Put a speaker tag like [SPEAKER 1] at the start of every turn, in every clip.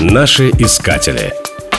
[SPEAKER 1] Наши искатели.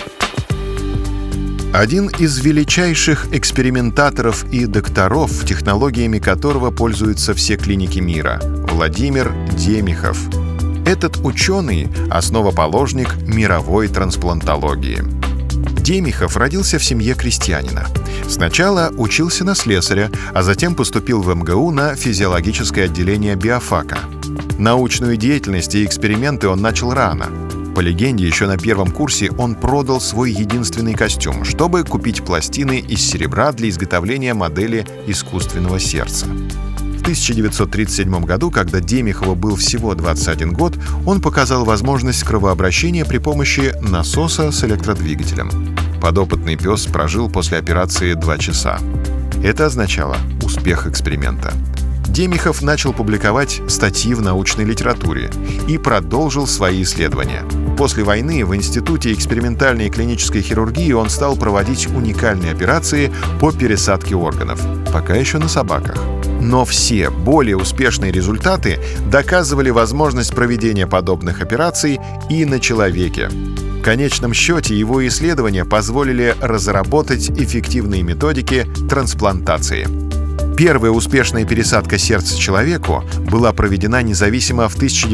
[SPEAKER 2] Один из величайших экспериментаторов и докторов, технологиями которого пользуются все клиники мира — Владимир Демихов. Этот ученый — основоположник мировой трансплантологии. Демихов родился в семье крестьянина. Сначала учился на слесаря, а затем поступил в МГУ на физиологическое отделение биофака. Научную деятельность и эксперименты он начал рано. По легенде, еще на первом курсе он продал свой единственный костюм, чтобы купить пластины из серебра для изготовления модели искусственного сердца. В 1937 году, когда Демихову был всего 21 год, он показал возможность кровообращения при помощи насоса с электродвигателем. Подопытный пес прожил после операции 2 часа. Это означало успех эксперимента. Демихов начал публиковать статьи в научной литературе и продолжил свои исследования. После войны в Институте экспериментальной и клинической хирургии он стал проводить уникальные операции по пересадке органов, пока еще на собаках. Но все более успешные результаты доказывали возможность проведения подобных операций и на человеке. В конечном счете его исследования позволили разработать эффективные методики трансплантации. Первая успешная пересадка сердца человеку была проведена независимо в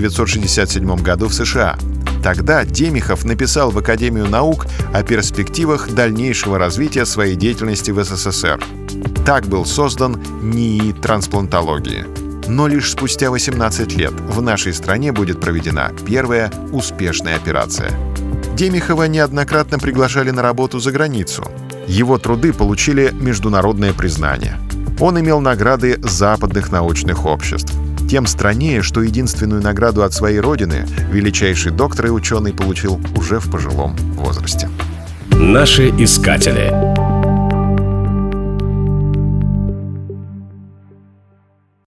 [SPEAKER 2] 1967 году в США. Тогда Демихов написал в Академию наук о перспективах дальнейшего развития своей деятельности в СССР. Так был создан НИИ трансплантологии. Но лишь спустя 18 лет в нашей стране будет проведена первая успешная операция. Демихова неоднократно приглашали на работу за границу. Его труды получили международное признание. Он имел награды западных научных обществ. Тем страннее, что единственную награду от своей родины величайший доктор и ученый получил уже в пожилом возрасте.
[SPEAKER 1] Наши искатели.